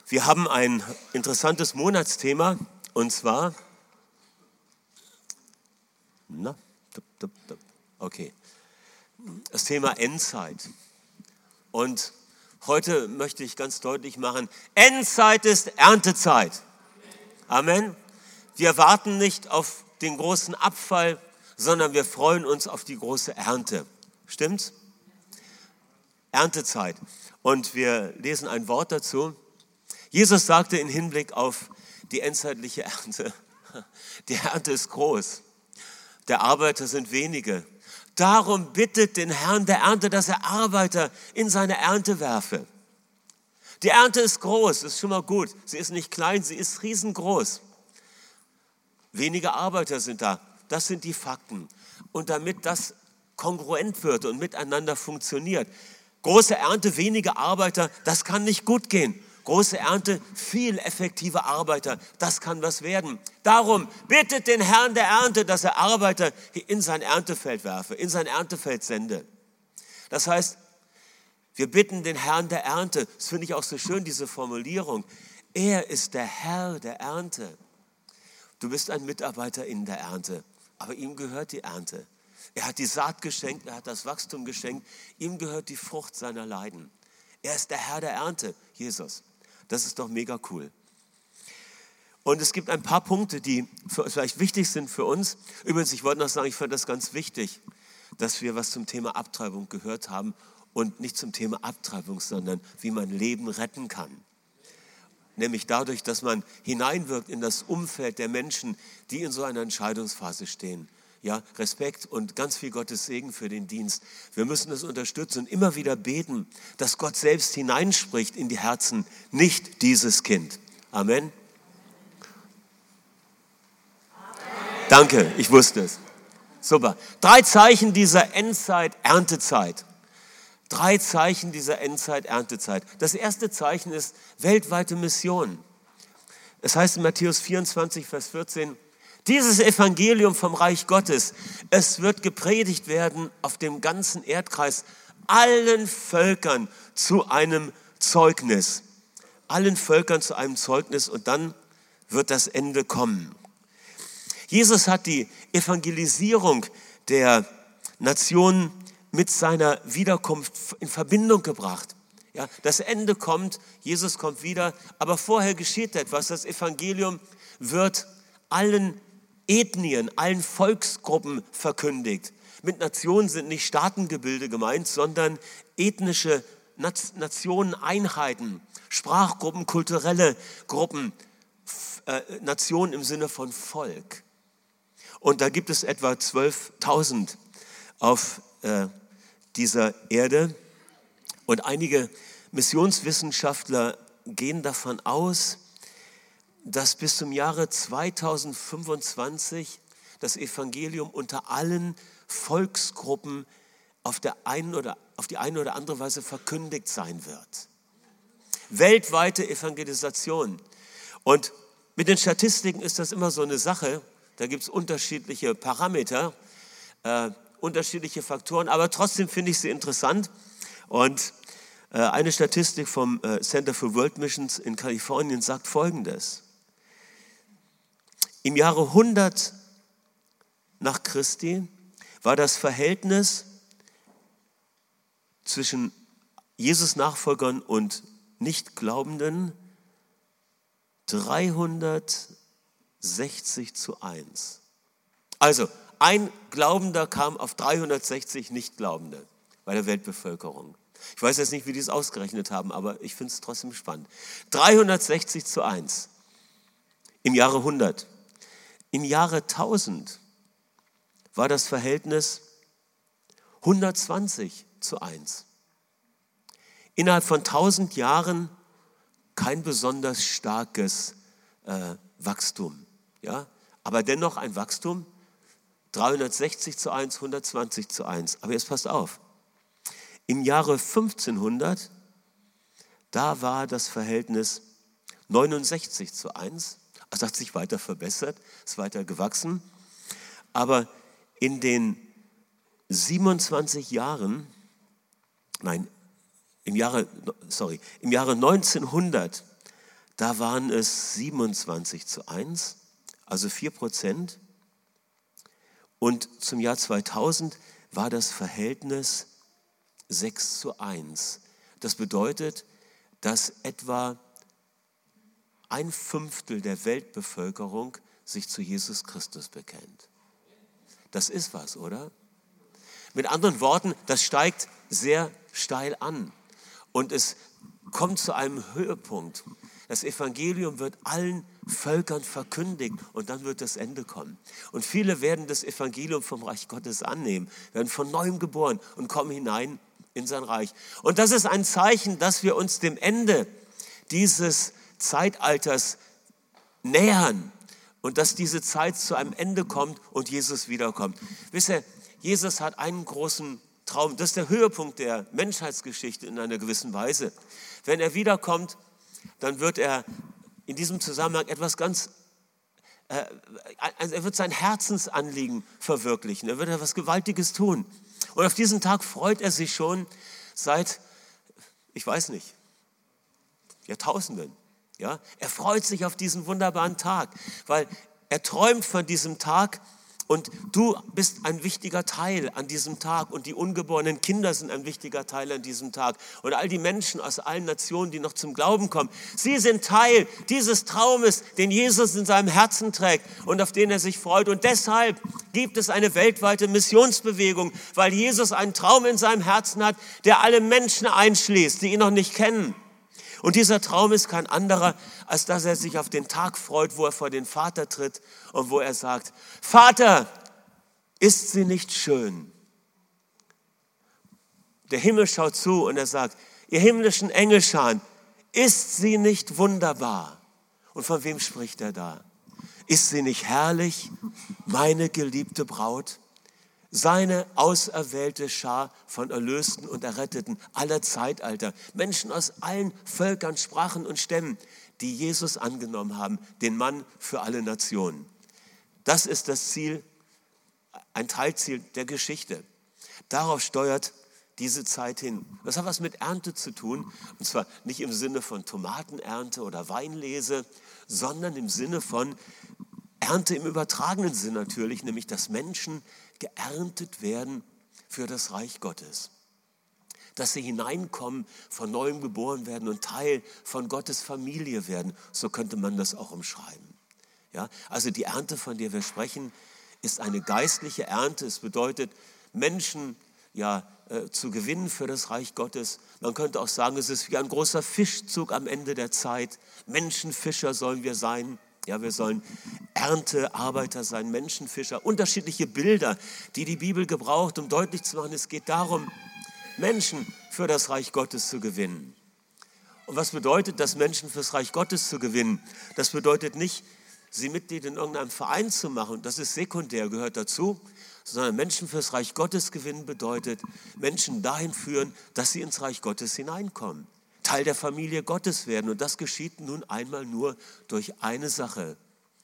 Wir haben ein interessantes Monatsthema und zwar, das Thema Endzeit. Und heute möchte ich ganz deutlich machen, Endzeit ist Erntezeit. Amen. Wir warten nicht auf den großen Abfall, sondern wir freuen uns auf die große Ernte. Stimmt's? Erntezeit. Und wir lesen ein Wort dazu. Jesus sagte im Hinblick auf die endzeitliche Ernte, die Ernte ist groß, der Arbeiter sind wenige. Darum bittet den Herrn der Ernte, dass er Arbeiter in seine Ernte werfe. Die Ernte ist groß, ist schon mal gut. Sie ist nicht klein, sie ist riesengroß. Wenige Arbeiter sind da, das sind die Fakten. Und damit das kongruent wird und miteinander funktioniert, große Ernte, wenige Arbeiter, das kann nicht gut gehen. Große Ernte, viel effektive Arbeiter, das kann was werden. Darum bittet den Herrn der Ernte, dass er Arbeiter in sein Erntefeld werfe, in sein Erntefeld sende. Das heißt, wir bitten den Herrn der Ernte, das finde ich auch so schön, diese Formulierung, er ist der Herr der Ernte. Du bist ein Mitarbeiter in der Ernte, aber ihm gehört die Ernte. Er hat die Saat geschenkt, er hat das Wachstum geschenkt, ihm gehört die Frucht seiner Leiden. Er ist der Herr der Ernte, Jesus. Das ist doch mega cool. Und es gibt ein paar Punkte, die vielleicht wichtig sind für uns. Übrigens, ich wollte noch sagen, ich fand das ganz wichtig, dass wir was zum Thema Abtreibung gehört haben und nicht zum Thema Abtreibung, sondern wie man Leben retten kann. Nämlich dadurch, dass man hineinwirkt in das Umfeld der Menschen, die in so einer Entscheidungsphase stehen. Ja, Respekt und ganz viel Gottes Segen für den Dienst. Wir müssen das unterstützen und immer wieder beten, dass Gott selbst hineinspricht in die Herzen, nicht dieses Kind. Amen. Amen. Danke, ich wusste es. Super. 3 Zeichen dieser Endzeit-Erntezeit. 3 Zeichen dieser Endzeit-Erntezeit. Das erste Zeichen ist weltweite Mission. Es heißt in Matthäus 24, Vers 14, dieses Evangelium vom Reich Gottes, es wird gepredigt werden auf dem ganzen Erdkreis, allen Völkern zu einem Zeugnis. Allen Völkern zu einem Zeugnis und dann wird das Ende kommen. Jesus hat die Evangelisierung der Nationen mit seiner Wiederkunft in Verbindung gebracht. Ja, das Ende kommt, Jesus kommt wieder, aber vorher geschieht etwas. Das Evangelium wird allen Ethnien, allen Volksgruppen verkündigt. Mit Nationen sind nicht Staatengebilde gemeint, sondern ethnische Nationen, Einheiten, Sprachgruppen, kulturelle Gruppen, Nationen im Sinne von Volk. Und da gibt es etwa 12.000 auf dieser Erde. Und einige Missionswissenschaftler gehen davon aus, dass bis zum Jahre 2025 das Evangelium unter allen Volksgruppen auf die eine oder andere Weise verkündigt sein wird. Weltweite Evangelisation. Und mit den Statistiken ist das immer so eine Sache. Da gibt es unterschiedliche Parameter, unterschiedliche Faktoren, aber trotzdem finde ich sie interessant. Und eine Statistik vom Center for World Missions in Kalifornien sagt Folgendes. Im Jahre 100 nach Christi war das Verhältnis zwischen Jesus-Nachfolgern und Nichtglaubenden 360:1. Also ein Glaubender kam auf 360 Nichtglaubende bei der Weltbevölkerung. Ich weiß jetzt nicht, wie die es ausgerechnet haben, aber ich finde es trotzdem spannend. 360:1 im Jahre 100. Im Jahre 1000 war das Verhältnis 120:1. Innerhalb von 1000 Jahren kein besonders starkes Wachstum. Ja? Aber dennoch ein Wachstum, 360:1, 120:1. Aber jetzt passt auf, im Jahre 1500, da war das Verhältnis 69:1. Also hat sich weiter verbessert, ist weiter gewachsen. Aber in den 27 Jahren, im Jahre 1900 Da waren es 27:1, also 4%. Und zum Jahr 2000 war das Verhältnis 6:1. Das bedeutet, dass etwa 1/5 der Weltbevölkerung sich zu Jesus Christus bekennt. Das ist was, oder? Mit anderen Worten, das steigt sehr steil an und es kommt zu einem Höhepunkt. Das Evangelium wird allen Völkern verkündigt und dann wird das Ende kommen. Und viele werden das Evangelium vom Reich Gottes annehmen, werden von Neuem geboren und kommen hinein in sein Reich. Und das ist ein Zeichen, dass wir uns dem Ende dieses Zeitalters nähern und dass diese Zeit zu einem Ende kommt und Jesus wiederkommt. Wisst ihr, Jesus hat einen großen Traum. Das ist der Höhepunkt der Menschheitsgeschichte in einer gewissen Weise. Wenn er wiederkommt, dann wird er in diesem Zusammenhang etwas er wird sein Herzensanliegen verwirklichen. Er wird etwas Gewaltiges tun. Und auf diesen Tag freut er sich schon seit, ich weiß nicht, Jahrtausenden. Ja? Er freut sich auf diesen wunderbaren Tag, weil er träumt von diesem Tag und du bist ein wichtiger Teil an diesem Tag und die ungeborenen Kinder sind ein wichtiger Teil an diesem Tag und all die Menschen aus allen Nationen, die noch zum Glauben kommen, sie sind Teil dieses Traumes, den Jesus in seinem Herzen trägt und auf den er sich freut. Und deshalb gibt es eine weltweite Missionsbewegung, weil Jesus einen Traum in seinem Herzen hat, der alle Menschen einschließt, die ihn noch nicht kennen. Und dieser Traum ist kein anderer, als dass er sich auf den Tag freut, wo er vor den Vater tritt und wo er sagt, Vater, ist sie nicht schön? Der Himmel schaut zu und er sagt, ihr himmlischen Engelscharen, ist sie nicht wunderbar? Und von wem spricht er da? Ist sie nicht herrlich, meine geliebte Braut? Seine auserwählte Schar von Erlösten und Erretteten aller Zeitalter. Menschen aus allen Völkern, Sprachen und Stämmen, die Jesus angenommen haben, den Mann für alle Nationen. Das ist das Ziel, ein Teilziel der Geschichte. Darauf steuert diese Zeit hin. Das hat was mit Ernte zu tun, und zwar nicht im Sinne von Tomatenernte oder Weinlese, sondern im Sinne von Ernte im übertragenen Sinn natürlich, nämlich dass Menschen geerntet werden für das Reich Gottes. Dass sie hineinkommen, von Neuem geboren werden und Teil von Gottes Familie werden. So könnte man das auch umschreiben. Ja, also die Ernte, von der wir sprechen, ist eine geistliche Ernte. Es bedeutet, Menschen zu gewinnen für das Reich Gottes. Man könnte auch sagen, es ist wie ein großer Fischzug am Ende der Zeit. Menschenfischer sollen wir sein. Ja, wir sollen Erntearbeiter sein, Menschenfischer, unterschiedliche Bilder, die die Bibel gebraucht, um deutlich zu machen, es geht darum, Menschen für das Reich Gottes zu gewinnen. Und was bedeutet das, Menschen fürs Reich Gottes zu gewinnen? Das bedeutet nicht, sie Mitglied in irgendeinem Verein zu machen, das ist sekundär, gehört dazu, sondern Menschen fürs Reich Gottes gewinnen bedeutet, Menschen dahin führen, dass sie ins Reich Gottes hineinkommen. Teil der Familie Gottes werden. Und das geschieht nun einmal nur durch eine Sache,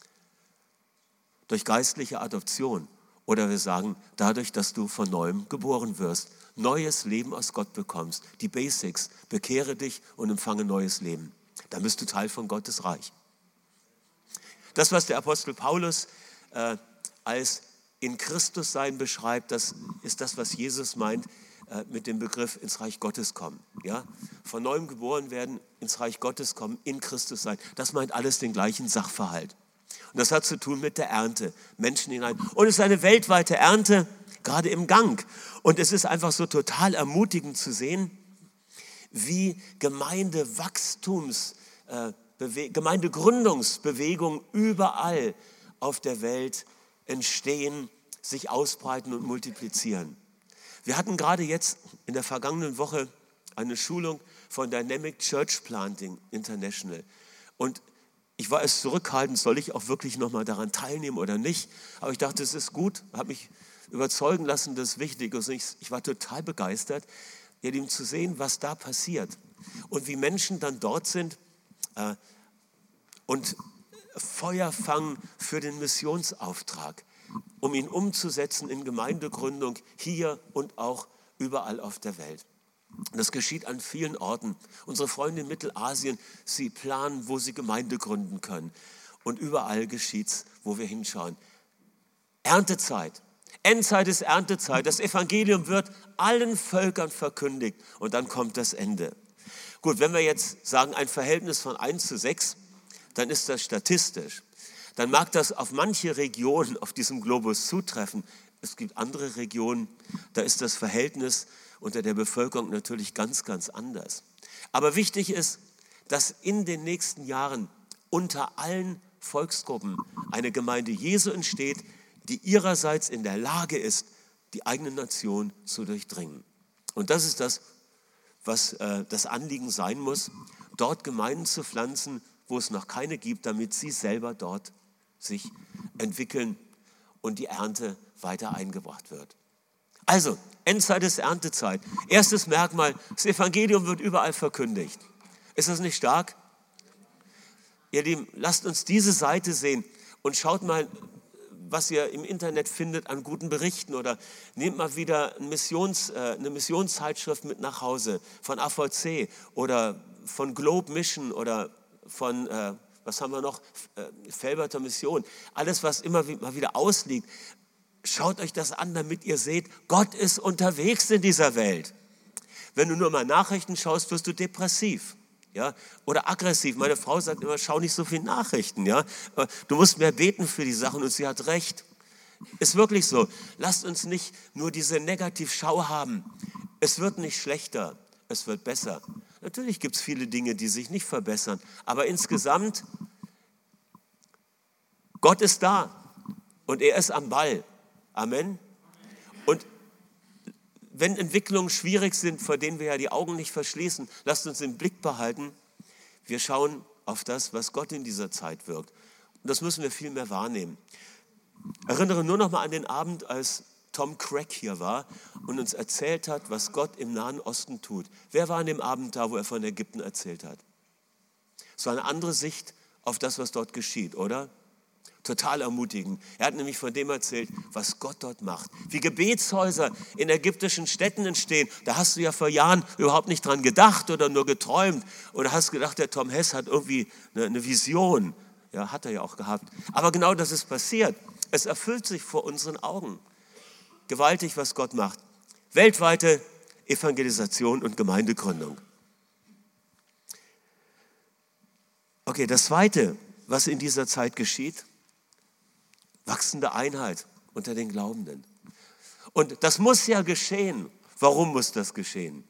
durch geistliche Adoption. Oder wir sagen, dadurch, dass du von Neuem geboren wirst, neues Leben aus Gott bekommst. Die Basics, bekehre dich und empfange neues Leben. Dann bist du Teil von Gottes Reich. Das, was der Apostel Paulus als in Christus sein beschreibt, das ist das, was Jesus meint, mit dem Begriff ins Reich Gottes kommen. Ja? Von Neuem geboren werden, ins Reich Gottes kommen, in Christus sein. Das meint alles den gleichen Sachverhalt. Und das hat zu tun mit der Ernte, Menschen hinein. Und es ist eine weltweite Ernte, gerade im Gang. Und es ist einfach so total ermutigend zu sehen, wie Gemeindegründungsbewegungen überall auf der Welt entstehen, sich ausbreiten und multiplizieren. Wir hatten gerade jetzt in der vergangenen Woche eine Schulung von Dynamic Church Planting International. Und ich war erst zurückhaltend, soll ich auch wirklich nochmal daran teilnehmen oder nicht. Aber ich dachte, es ist gut, habe mich überzeugen lassen, das ist wichtig. Also ich war total begeistert, ihr Lieben, zu sehen, was da passiert. Und wie Menschen dann dort sind und Feuer fangen für den Missionsauftrag, um ihn umzusetzen in Gemeindegründung hier und auch überall auf der Welt. Das geschieht an vielen Orten. Unsere Freunde in Mittelasien, sie planen, wo sie Gemeinde gründen können. Und überall geschieht's, wo wir hinschauen. Erntezeit. Endzeit ist Erntezeit. Das Evangelium wird allen Völkern verkündigt. Und dann kommt das Ende. Gut, wenn wir jetzt sagen, ein Verhältnis von 1:6, dann ist das statistisch. Dann mag das auf manche Regionen auf diesem Globus zutreffen. Es gibt andere Regionen, da ist das Verhältnis unter der Bevölkerung natürlich ganz, ganz anders. Aber wichtig ist, dass in den nächsten Jahren unter allen Volksgruppen eine Gemeinde Jesu entsteht, die ihrerseits in der Lage ist, die eigene Nation zu durchdringen. Und das ist das, was das Anliegen sein muss, dort Gemeinden zu pflanzen, wo es noch keine gibt, damit sie selber dort sich entwickeln und die Ernte weiter eingebracht wird. Also, Endzeit ist Erntezeit. Erstes Merkmal, das Evangelium wird überall verkündigt. Ist das nicht stark? Ihr Lieben, lasst uns diese Seite sehen und schaut mal, was ihr im Internet findet an guten Berichten oder nehmt mal wieder eine Missionszeitschrift mit nach Hause von AVC oder von Globe Mission oder von, was haben wir noch, Felberter Mission. Alles, was immer mal wieder ausliegt. Schaut euch das an, damit ihr seht, Gott ist unterwegs in dieser Welt. Wenn du nur mal Nachrichten schaust, wirst du depressiv. Ja, oder aggressiv. Meine Frau sagt immer, schau nicht so viel Nachrichten. Ja? Du musst mehr beten für die Sachen und sie hat recht. Ist wirklich so. Lasst uns nicht nur diese Negativschau haben. Es wird nicht schlechter, es wird besser. Natürlich gibt es viele Dinge, die sich nicht verbessern. Aber insgesamt, Gott ist da und er ist am Ball. Amen. Und wenn Entwicklungen schwierig sind, vor denen wir ja die Augen nicht verschließen, lasst uns im Blick behalten. Wir schauen auf das, was Gott in dieser Zeit wirkt. Und das müssen wir viel mehr wahrnehmen. Erinnere nur noch mal an den Abend, als Tom Craig hier war und uns erzählt hat, was Gott im Nahen Osten tut. Wer war an dem Abend da, wo er von Ägypten erzählt hat? Es war eine andere Sicht auf das, was dort geschieht, oder? Total ermutigend. Er hat nämlich von dem erzählt, was Gott dort macht. Wie Gebetshäuser in ägyptischen Städten entstehen. Da hast du ja vor Jahren überhaupt nicht dran gedacht oder nur geträumt. Oder hast gedacht, der Tom Hess hat irgendwie eine Vision. Ja, hat er ja auch gehabt. Aber genau das ist passiert. Es erfüllt sich vor unseren Augen. Gewaltig, was Gott macht. Weltweite Evangelisation und Gemeindegründung. Okay, das Zweite, was in dieser Zeit geschieht, wachsende Einheit unter den Glaubenden. Und das muss ja geschehen. Warum muss das geschehen?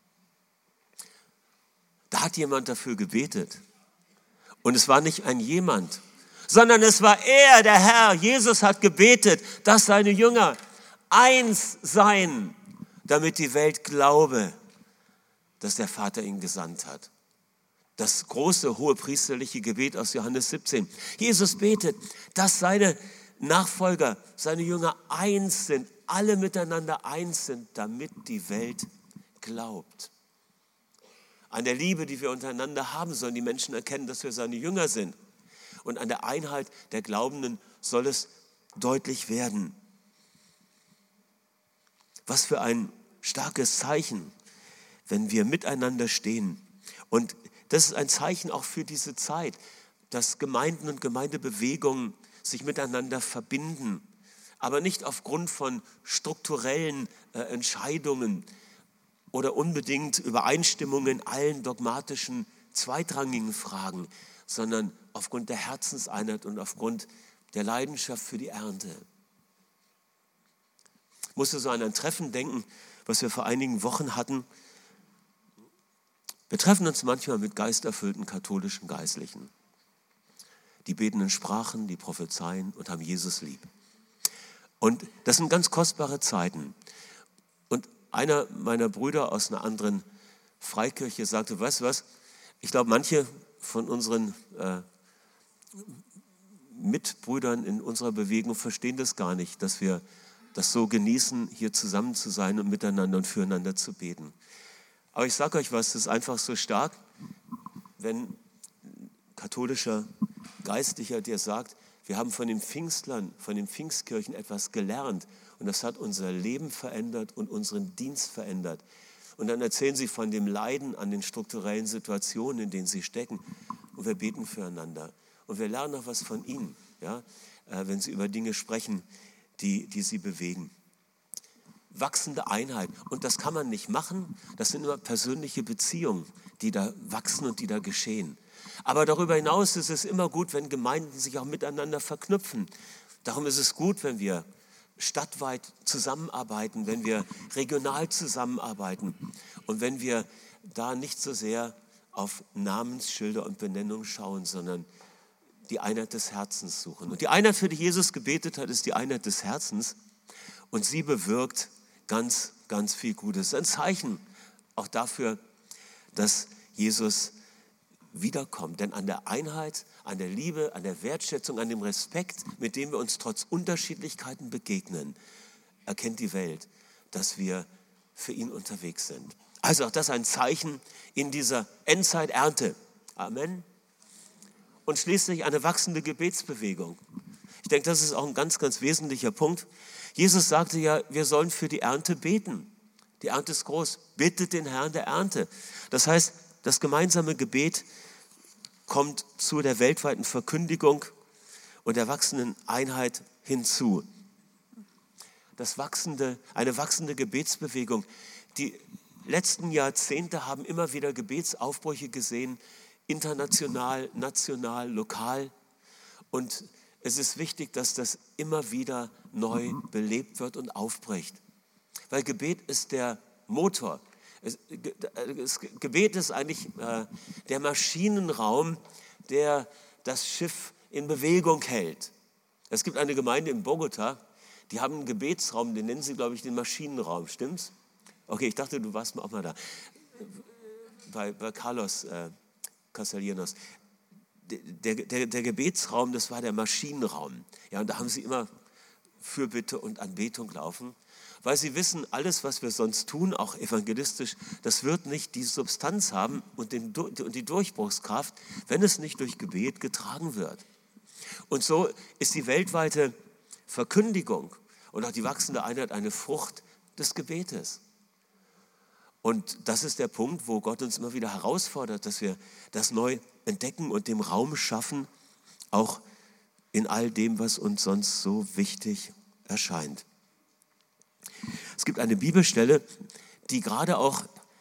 Da hat jemand dafür gebetet. Und es war nicht ein jemand, sondern es war er, der Herr. Jesus hat gebetet, dass seine Jünger eins seien, damit die Welt glaube, dass der Vater ihn gesandt hat. Das große, hohepriesterliche Gebet aus Johannes 17. Jesus betet, dass seine Nachfolger, seine Jünger eins sind, alle miteinander eins sind, damit die Welt glaubt. An der Liebe, die wir untereinander haben, sollen die Menschen erkennen, dass wir seine Jünger sind. Und an der Einheit der Glaubenden soll es deutlich werden. Was für ein starkes Zeichen, wenn wir miteinander stehen. Und das ist ein Zeichen auch für diese Zeit, dass Gemeinden und Gemeindebewegungen sich miteinander verbinden, aber nicht aufgrund von strukturellen Entscheidungen oder unbedingt Übereinstimmungen in allen dogmatischen, zweitrangigen Fragen, sondern aufgrund der Herzenseinheit und aufgrund der Leidenschaft für die Ernte. Ich musste so an ein Treffen denken, was wir vor einigen Wochen hatten. Wir treffen uns manchmal mit geisterfüllten katholischen Geistlichen. Die beten in Sprachen, die prophezeien und haben Jesus lieb. Und das sind ganz kostbare Zeiten. Und einer meiner Brüder aus einer anderen Freikirche sagte, weißt du was, ich glaube, manche von unseren Mitbrüdern in unserer Bewegung verstehen das gar nicht, dass wir das so genießen, hier zusammen zu sein und miteinander und füreinander zu beten. Aber ich sage euch was, das ist einfach so stark, wenn katholischer Geistlicher dir sagt, wir haben von den Pfingstlern, von den Pfingstkirchen etwas gelernt und das hat unser Leben verändert und unseren Dienst verändert. Und dann erzählen sie von dem Leiden an den strukturellen Situationen, in denen sie stecken. Und wir beten füreinander. Und wir lernen auch was von ihnen, ja, wenn sie über Dinge sprechen, die sie bewegen. Wachsende Einheit. Und das kann man nicht machen. Das sind immer persönliche Beziehungen, die da wachsen und die da geschehen. Aber darüber hinaus ist es immer gut, wenn Gemeinden sich auch miteinander verknüpfen. Darum ist es gut, wenn wir stadtweit zusammenarbeiten, wenn wir regional zusammenarbeiten und wenn wir da nicht so sehr auf Namensschilder und Benennung schauen, sondern die Einheit des Herzens suchen. Und die Einheit, für die Jesus gebetet hat, ist die Einheit des Herzens und sie bewirkt ganz, ganz viel Gutes. Ein Zeichen auch dafür, dass Jesus wiederkommt. Denn an der Einheit, an der Liebe, an der Wertschätzung, an dem Respekt, mit dem wir uns trotz Unterschiedlichkeiten begegnen, erkennt die Welt, dass wir für ihn unterwegs sind. Also auch das ein Zeichen in dieser Endzeiternte. Amen. Und schließlich eine wachsende Gebetsbewegung. Ich denke, das ist auch ein ganz, ganz wesentlicher Punkt. Jesus sagte ja, wir sollen für die Ernte beten. Die Ernte ist groß. Bittet den Herrn der Ernte. Das heißt, das gemeinsame Gebet kommt zu der weltweiten Verkündigung und der wachsenden Einheit hinzu. Eine wachsende Gebetsbewegung. Die letzten Jahrzehnte haben immer wieder Gebetsaufbrüche gesehen, international, national, lokal. Und es ist wichtig, dass das immer wieder neu belebt wird und aufbricht. Weil Gebet ist der Motor. Gebet ist eigentlich der Maschinenraum, der das Schiff in Bewegung hält. Es gibt eine Gemeinde in Bogota, die haben einen Gebetsraum, den nennen sie, glaube ich, den Maschinenraum. Stimmt's? Okay, ich dachte, du warst auch mal da. Bei Carlos Castellanos. Der Gebetsraum, das war der Maschinenraum. Ja, und da haben sie immer Fürbitte und Anbetung laufen. Weil sie wissen, alles, was wir sonst tun, auch evangelistisch, das wird nicht die Substanz haben und die Durchbruchskraft, wenn es nicht durch Gebet getragen wird. Und so ist die weltweite Verkündigung und auch die wachsende Einheit eine Frucht des Gebetes. Und das ist der Punkt, wo Gott uns immer wieder herausfordert, dass wir das neu entdecken und dem Raum schaffen, auch in all dem, was uns sonst so wichtig erscheint. Es gibt eine Bibelstelle, die gerade auch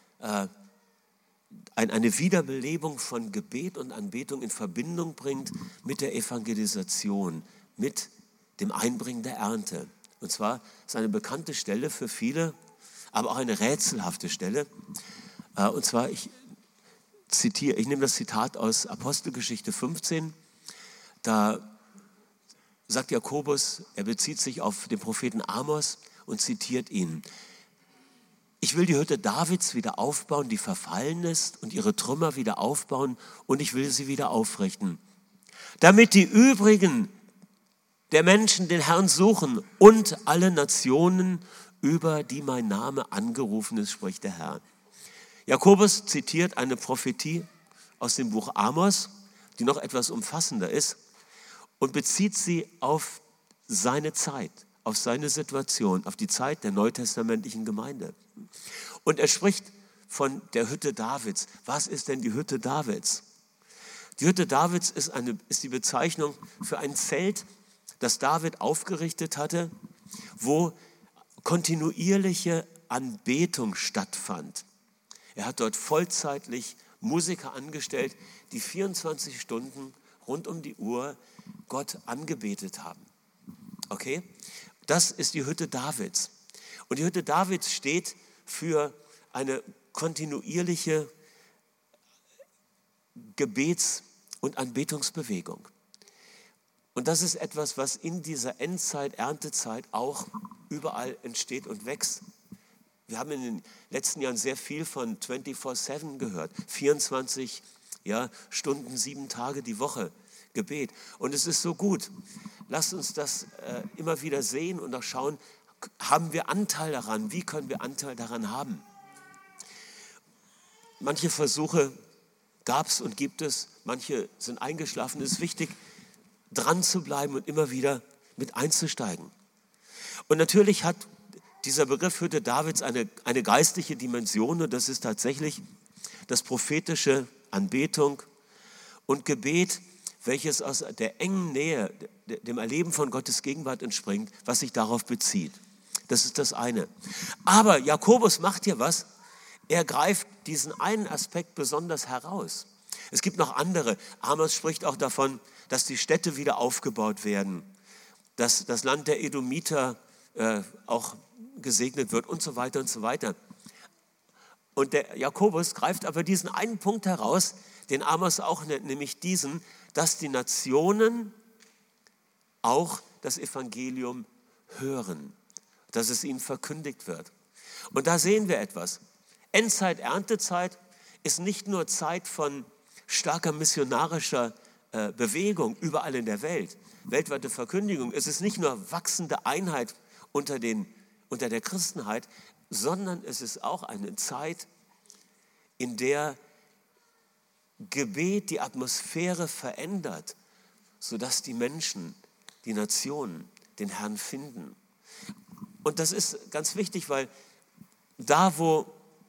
eine Wiederbelebung von Gebet und Anbetung in Verbindung bringt mit der Evangelisation, mit dem Einbringen der Ernte. Und zwar ist eine bekannte Stelle für viele, aber auch eine rätselhafte Stelle. Und zwar, ich nehme das Zitat aus Apostelgeschichte 15, da sagt Jakobus, er bezieht sich auf den Propheten Amos und zitiert ihn. Ich will die Hütte Davids wieder aufbauen, die verfallen ist, und ihre Trümmer wieder aufbauen, und ich will sie wieder aufrichten, damit die übrigen der Menschen den Herrn suchen und alle Nationen, über die mein Name angerufen ist, spricht der Herr. Jakobus zitiert eine Prophetie aus dem Buch Amos, die noch etwas umfassender ist, und bezieht sie auf seine Zeit, auf seine Situation, auf die Zeit der neutestamentlichen Gemeinde. Und er spricht von der Hütte Davids. Was ist denn die Hütte Davids? Die Hütte Davids ist die Bezeichnung für ein Zelt, das David aufgerichtet hatte, wo kontinuierliche Anbetung stattfand. Er hat dort vollzeitlich Musiker angestellt, die 24 Stunden rund um die Uhr Gott angebetet haben. Okay? Das ist die Hütte Davids. Und die Hütte Davids steht für eine kontinuierliche Gebets- und Anbetungsbewegung. Und das ist etwas, was in dieser Endzeit, Erntezeit auch überall entsteht und wächst. Wir haben in den letzten Jahren sehr viel von 24/7 gehört. 24 Stunden, 7 Tage die Woche Gebet. Und es ist so gut. Lasst uns das immer wieder sehen und auch schauen, haben wir Anteil daran? Wie können wir Anteil daran haben? Manche Versuche gab es und gibt es, manche sind eingeschlafen. Es ist wichtig, dran zu bleiben und immer wieder mit einzusteigen. Und natürlich hat dieser Begriff Hütte Davids eine geistliche Dimension und das ist tatsächlich das prophetische Anbetung und Gebet, welches aus der engen Nähe, dem Erleben von Gottes Gegenwart entspringt, was sich darauf bezieht. Das ist das eine. Aber Jakobus macht hier was. Er greift diesen einen Aspekt besonders heraus. Es gibt noch andere. Amos spricht auch davon, dass die Städte wieder aufgebaut werden, dass das Land der Edomiter auch gesegnet wird und so weiter und so weiter. Und der Jakobus greift aber diesen einen Punkt heraus, den Amos auch nennt, nämlich diesen, dass die Nationen auch das Evangelium hören, dass es ihnen verkündigt wird. Und da sehen wir etwas. Endzeit, Erntezeit ist nicht nur Zeit von starker missionarischer Bewegung überall in der Welt, weltweite Verkündigung. Es ist nicht nur wachsende Einheit unter der Christenheit, sondern es ist auch eine Zeit, in der Gebet die Atmosphäre verändert, sodass die Menschen, die Nationen den Herrn finden. Und das ist ganz wichtig, weil da, wo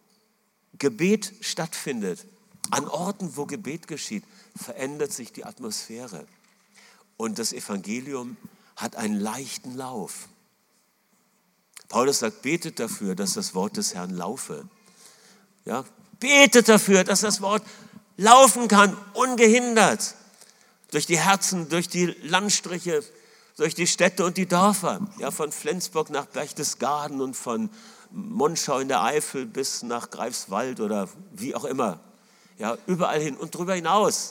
Gebet stattfindet, an Orten, wo Gebet geschieht, verändert sich die Atmosphäre. Und das Evangelium hat einen leichten Lauf. Paulus sagt, betet dafür, dass das Wort des Herrn laufe. Ja? Betet dafür, dass das Wort laufen kann, ungehindert. Durch die Herzen, durch die Landstriche, durch die Städte und die Dörfer. Ja, von Flensburg nach Berchtesgaden und von Monschau in der Eifel bis nach Greifswald oder wie auch immer. Ja, überall hin und darüber hinaus.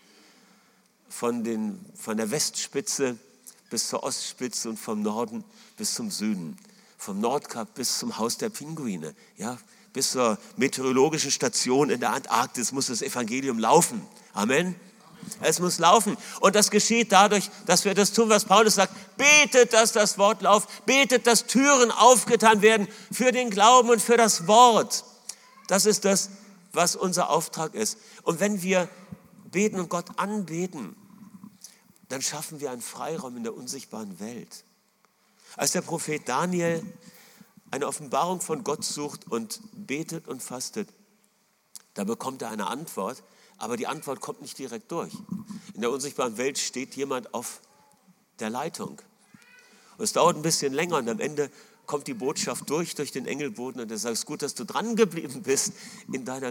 Von der Westspitze bis zur Ostspitze und vom Norden bis zum Süden. Vom Nordkap bis zum Haus der Pinguine. Ja, bis zur meteorologischen Station in der Antarktis muss das Evangelium laufen. Amen. Es muss laufen. Und das geschieht dadurch, dass wir das tun, was Paulus sagt. Betet, dass das Wort läuft. Betet, dass Türen aufgetan werden für den Glauben und für das Wort. Das ist das, was unser Auftrag ist. Und wenn wir beten und Gott anbeten, dann schaffen wir einen Freiraum in der unsichtbaren Welt. Als der Prophet Daniel eine Offenbarung von Gott sucht und betet und fastet, da bekommt er eine Antwort, aber die Antwort kommt nicht direkt durch. In der unsichtbaren Welt steht jemand auf der Leitung. Und es dauert ein bisschen länger und am Ende kommt die Botschaft durch den Engelboten und er sagt, es ist gut, dass du dran geblieben bist in deinem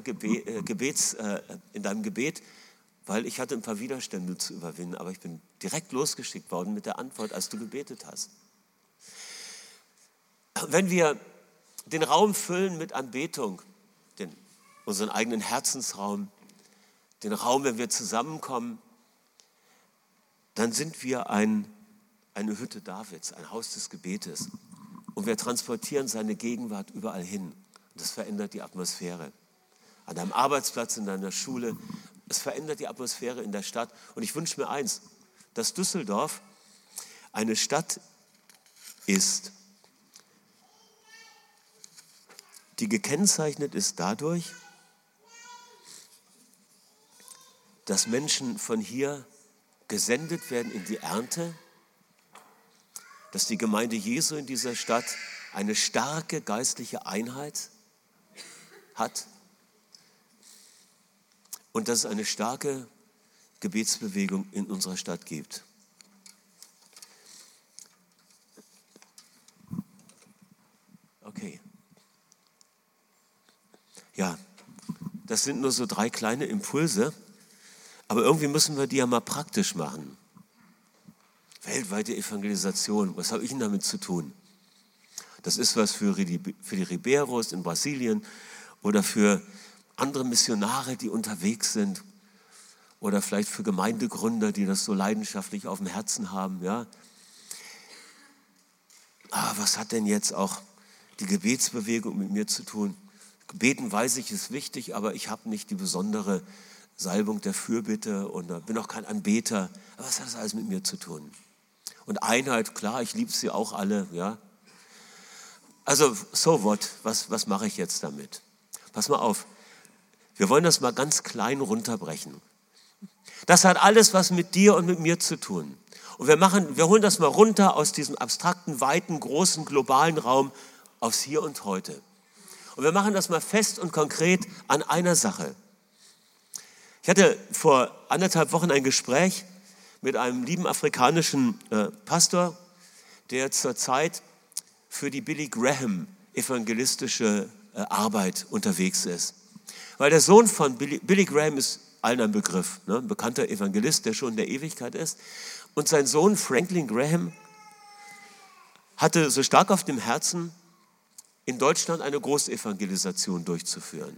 Gebet, weil ich hatte ein paar Widerstände zu überwinden, aber ich bin direkt losgeschickt worden mit der Antwort, als du gebetet hast. Wenn wir den Raum füllen mit Anbetung, unseren eigenen Herzensraum, den Raum, wenn wir zusammenkommen, dann sind wir eine Hütte Davids, ein Haus des Gebetes. Und wir transportieren seine Gegenwart überall hin. Und das verändert die Atmosphäre. An deinem Arbeitsplatz, in deiner Schule. Es verändert die Atmosphäre in der Stadt. Und ich wünsche mir eins, dass Düsseldorf eine Stadt ist, die gekennzeichnet ist dadurch, dass Menschen von hier gesendet werden in die Ernte, dass die Gemeinde Jesu in dieser Stadt eine starke geistliche Einheit hat und dass es eine starke Gebetsbewegung in unserer Stadt gibt. Okay. Ja, das sind nur so 3 kleine Impulse, aber irgendwie müssen wir die ja mal praktisch machen. Weltweite Evangelisation, was habe ich denn damit zu tun? Das ist was für die Ribeiros in Brasilien oder für andere Missionare, die unterwegs sind oder vielleicht für Gemeindegründer, die das so leidenschaftlich auf dem Herzen haben. Ja. Aber was hat denn jetzt auch die Gebetsbewegung mit mir zu tun? Beten, weiß ich, ist wichtig, aber ich habe nicht die besondere Salbung der Fürbitte und bin auch kein Anbeter. Aber was hat das alles mit mir zu tun? Und Einheit, klar, ich liebe sie auch alle. Ja. Also, so what, was mache ich jetzt damit? Pass mal auf, wir wollen das mal ganz klein runterbrechen. Das hat alles was mit dir und mit mir zu tun. Und wir holen das mal runter aus diesem abstrakten, weiten, großen, globalen Raum aufs Hier und Heute. Und wir machen das mal fest und konkret an einer Sache. Ich hatte vor 1,5 Wochen ein Gespräch mit einem lieben afrikanischen Pastor, der zurzeit für die Billy Graham evangelistische Arbeit unterwegs ist. Weil der Sohn von Billy Graham ist allen ein Begriff, ne? Ein bekannter Evangelist, der schon in der Ewigkeit ist. Und sein Sohn Franklin Graham hatte so stark auf dem Herzen, in Deutschland eine Großevangelisation durchzuführen.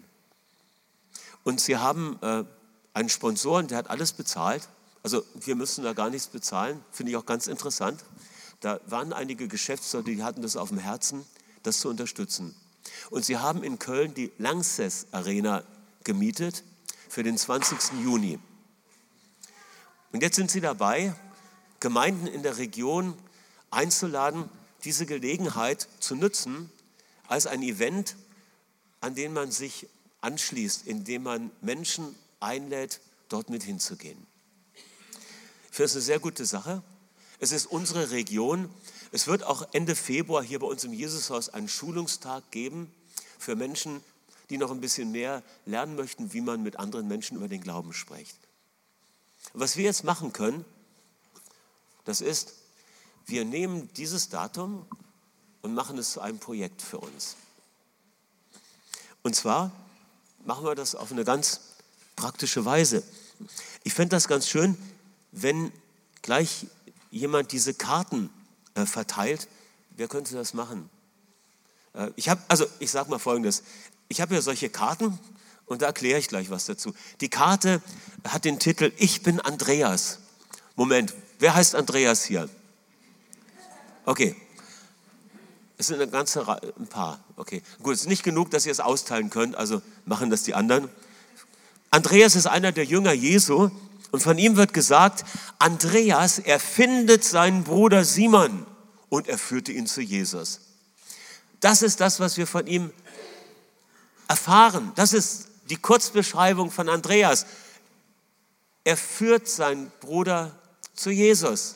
Und sie haben einen Sponsoren, der hat alles bezahlt. Also wir müssen da gar nichts bezahlen, finde ich auch ganz interessant. Da waren einige Geschäftsleute, die hatten das auf dem Herzen, das zu unterstützen. Und sie haben in Köln die Lanxess Arena gemietet für den 20. Juni. Und jetzt sind sie dabei, Gemeinden in der Region einzuladen, diese Gelegenheit zu nutzen als ein Event, an dem man sich anschließt, indem man Menschen einlädt, dort mit hinzugehen. Ich finde es eine sehr gute Sache. Es ist unsere Region. Es wird auch Ende Februar hier bei uns im Jesushaus einen Schulungstag geben für Menschen, die noch ein bisschen mehr lernen möchten, wie man mit anderen Menschen über den Glauben spricht. Und was wir jetzt machen können, das ist, wir nehmen dieses Datum und machen es zu einem Projekt für uns. Und zwar machen wir das auf eine ganz praktische Weise. Ich fände das ganz schön, wenn gleich jemand diese Karten verteilt. Wer könnte das machen? Ich sage mal Folgendes. Ich habe ja solche Karten und da erkläre ich gleich was dazu. Die Karte hat den Titel Ich bin Andreas. Moment, wer heißt Andreas hier? Okay. Es sind ein paar. Okay. Gut, es ist nicht genug, dass ihr es austeilen könnt, also machen das die anderen. Andreas ist einer der Jünger Jesu und von ihm wird gesagt, Andreas, er findet seinen Bruder Simon und er führte ihn zu Jesus. Das ist das, was wir von ihm erfahren. Das ist die Kurzbeschreibung von Andreas. Er führt seinen Bruder zu Jesus.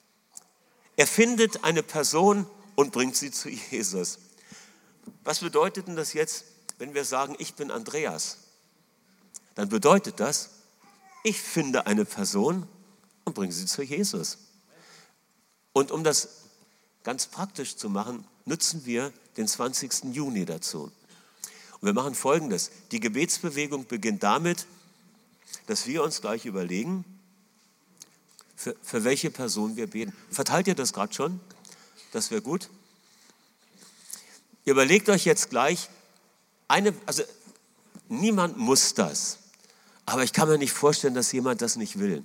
Er findet eine Person und bringt sie zu Jesus. Was bedeutet denn das jetzt, wenn wir sagen, ich bin Andreas? Dann bedeutet das, ich finde eine Person und bringe sie zu Jesus. Und um das ganz praktisch zu machen, nutzen wir den 20. Juni dazu. Und wir machen Folgendes. Die Gebetsbewegung beginnt damit, dass wir uns gleich überlegen, für welche Person wir beten. Verteilt ihr das gerade schon? Das wäre gut. Ihr überlegt euch jetzt gleich, also niemand muss das, aber ich kann mir nicht vorstellen, dass jemand das nicht will.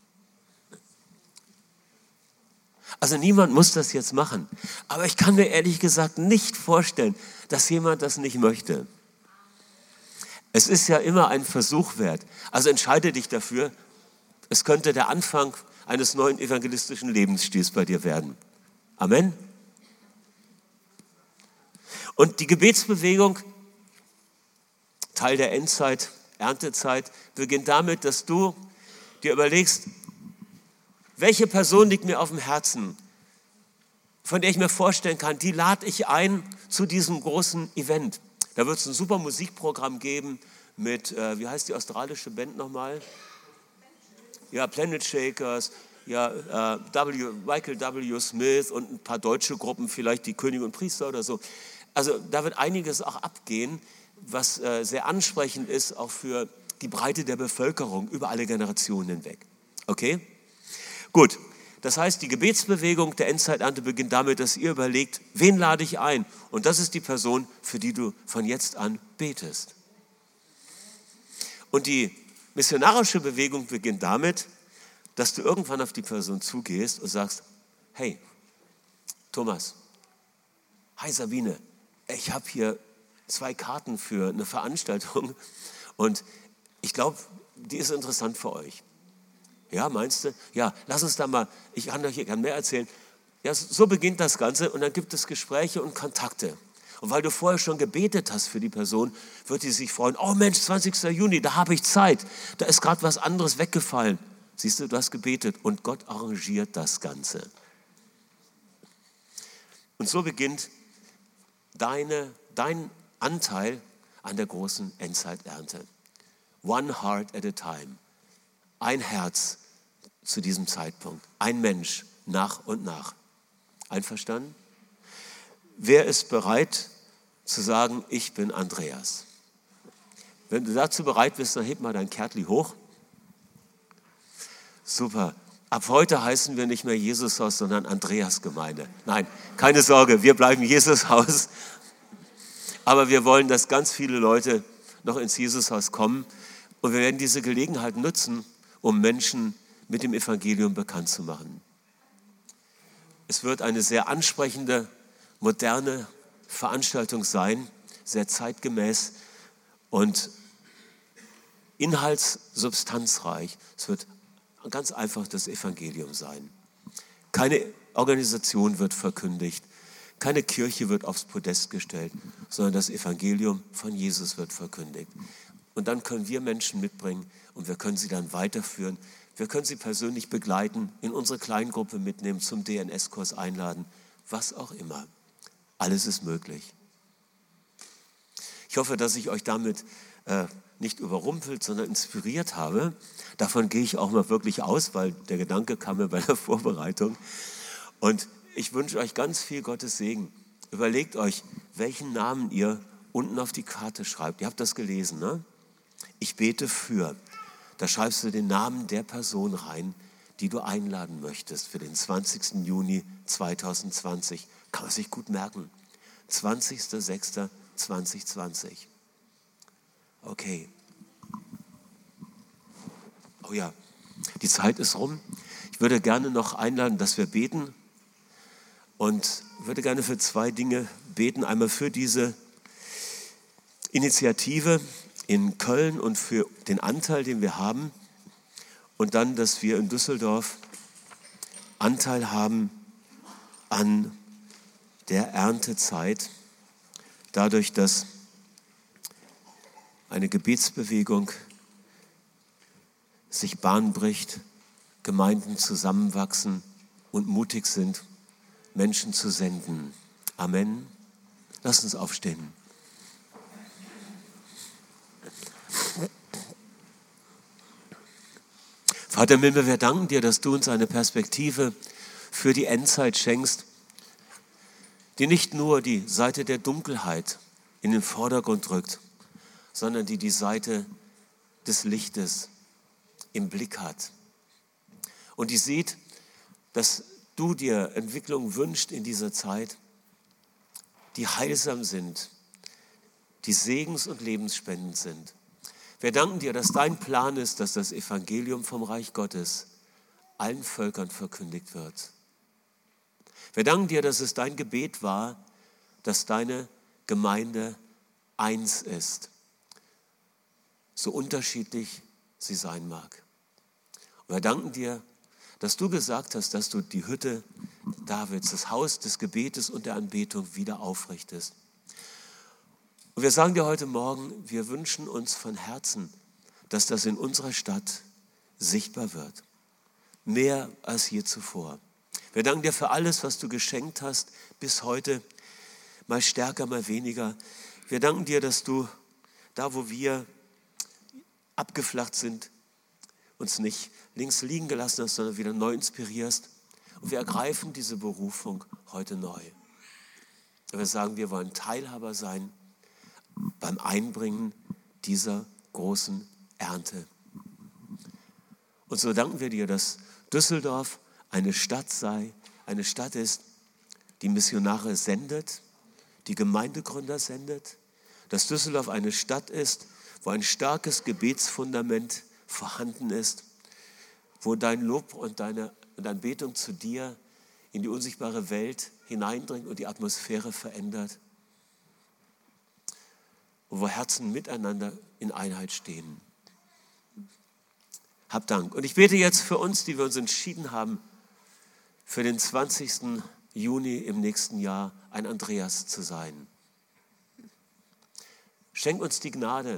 Also niemand muss das jetzt machen, aber ich kann mir ehrlich gesagt nicht vorstellen, dass jemand das nicht möchte. Es ist ja immer ein Versuch wert. Also entscheide dich dafür, es könnte der Anfang eines neuen evangelistischen Lebensstils bei dir werden. Amen. Und die Gebetsbewegung, Teil der Endzeit, Erntezeit, beginnt damit, dass du dir überlegst, welche Person liegt mir auf dem Herzen, von der ich mir vorstellen kann, die lade ich ein zu diesem großen Event. Da wird es ein super Musikprogramm geben mit, wie heißt die australische Band nochmal? Ja, Planet Shakers, ja, Michael W. Smith und ein paar deutsche Gruppen, vielleicht die Könige und Priester oder so. Also da wird einiges auch abgehen, was sehr ansprechend ist, auch für die Breite der Bevölkerung über alle Generationen hinweg. Okay? Gut, das heißt, die Gebetsbewegung der Endzeiternte beginnt damit, dass ihr überlegt, wen lade ich ein? Und das ist die Person, für die du von jetzt an betest. Und die missionarische Bewegung beginnt damit, dass du irgendwann auf die Person zugehst und sagst, hey, Thomas, hi Sabine, ich habe hier 2 Karten für eine Veranstaltung und ich glaube, die ist interessant für euch. Ja, meinst du? Ja, lass uns da mal, ich kann euch hier gerne mehr erzählen. Ja, so beginnt das Ganze und dann gibt es Gespräche und Kontakte. Und weil du vorher schon gebetet hast für die Person, wird die sich freuen, oh Mensch, 20. Juni, da habe ich Zeit, da ist gerade was anderes weggefallen. Siehst du, du hast gebetet und Gott arrangiert das Ganze. Und so beginnt dein Anteil an der großen Endzeiternte. One heart at a time. Ein Herz zu diesem Zeitpunkt. Ein Mensch nach und nach. Einverstanden? Wer ist bereit zu sagen, ich bin Andreas? Wenn du dazu bereit bist, dann heb mal dein Kärtli hoch. Super. Ab heute heißen wir nicht mehr Jesushaus, sondern Andreasgemeinde. Nein, keine Sorge, wir bleiben Jesushaus. Aber wir wollen, dass ganz viele Leute noch ins Jesushaus kommen. Und wir werden diese Gelegenheit nutzen, um Menschen mit dem Evangelium bekannt zu machen. Es wird eine sehr ansprechende, moderne Veranstaltung sein, sehr zeitgemäß und inhaltssubstanzreich. Es wird ganz einfach das Evangelium sein. Keine Organisation wird verkündigt, keine Kirche wird aufs Podest gestellt, sondern das Evangelium von Jesus wird verkündigt. Und dann können wir Menschen mitbringen und wir können sie dann weiterführen. Wir können sie persönlich begleiten, in unsere Kleingruppe mitnehmen, zum DNS-Kurs einladen, was auch immer. Alles ist möglich. Ich hoffe, dass ich euch damit nicht überrumpelt, sondern inspiriert habe. Davon gehe ich auch mal wirklich aus, weil der Gedanke kam mir bei der Vorbereitung. Und ich wünsche euch ganz viel Gottes Segen. Überlegt euch, welchen Namen ihr unten auf die Karte schreibt. Ihr habt das gelesen, ne? Ich bete für. Da schreibst du den Namen der Person rein, die du einladen möchtest für den 20. Juni 2020. Kann man sich gut merken. 20.06.2020. Okay. Oh ja, die Zeit ist rum. Ich würde gerne noch einladen, dass wir beten und würde gerne für 2 Dinge beten. Einmal für diese Initiative in Köln und für den Anteil, den wir haben. Und dann, dass wir in Düsseldorf Anteil haben an der Erntezeit, dadurch, dass eine Gebetsbewegung sich Bahn bricht, Gemeinden zusammenwachsen und mutig sind, Menschen zu senden. Amen. Lass uns aufstehen. Vater im Himmel, wir danken dir, dass du uns eine Perspektive für die Endzeit schenkst, die nicht nur die Seite der Dunkelheit in den Vordergrund rückt, sondern die Seite des Lichtes im Blick hat. Und die sieht, dass du dir Entwicklungen wünschst in dieser Zeit, die heilsam sind, die segens- und lebensspendend sind. Wir danken dir, dass dein Plan ist, dass das Evangelium vom Reich Gottes allen Völkern verkündigt wird. Wir danken dir, dass es dein Gebet war, dass deine Gemeinde eins ist, so unterschiedlich sie sein mag. Und wir danken dir, dass du gesagt hast, dass du die Hütte Davids, das Haus des Gebetes und der Anbetung wieder aufrichtest. Und wir sagen dir heute Morgen, wir wünschen uns von Herzen, dass das in unserer Stadt sichtbar wird. Mehr als je zuvor. Wir danken dir für alles, was du geschenkt hast bis heute, mal stärker, mal weniger. Wir danken dir, dass du da, wo wir abgeflacht sind, uns nicht links liegen gelassen hast, sondern wieder neu inspirierst. Und wir ergreifen diese Berufung heute neu. Und wir sagen, wir wollen Teilhaber sein beim Einbringen dieser großen Ernte. Und so danken wir dir, dass Düsseldorf eine Stadt ist, die Missionare sendet, die Gemeindegründer sendet, dass Düsseldorf eine Stadt ist, wo ein starkes Gebetsfundament vorhanden ist, wo dein Lob und deine Anbetung zu dir in die unsichtbare Welt hineindringt und die Atmosphäre verändert. Und wo Herzen miteinander in Einheit stehen. Hab Dank. Und ich bete jetzt für uns, die wir uns entschieden haben, für den 20. Juni im nächsten Jahr ein Andreas zu sein. Schenk uns die Gnade,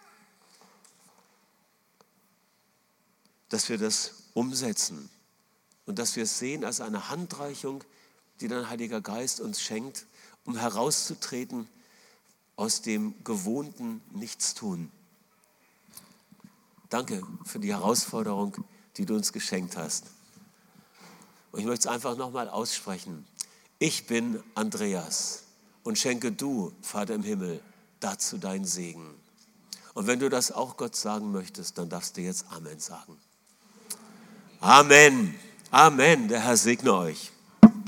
dass wir das umsetzen und dass wir es sehen als eine Handreichung, die dein Heiliger Geist uns schenkt um herauszutreten aus dem gewohnten Nichtstun. Danke für die Herausforderung, die du uns geschenkt hast. Und ich möchte es einfach nochmal aussprechen. Ich bin Andreas und schenke du, Vater im Himmel, dazu deinen Segen. Und wenn du das auch Gott sagen möchtest, dann darfst du jetzt Amen sagen. Amen. Amen. Der Herr segne euch.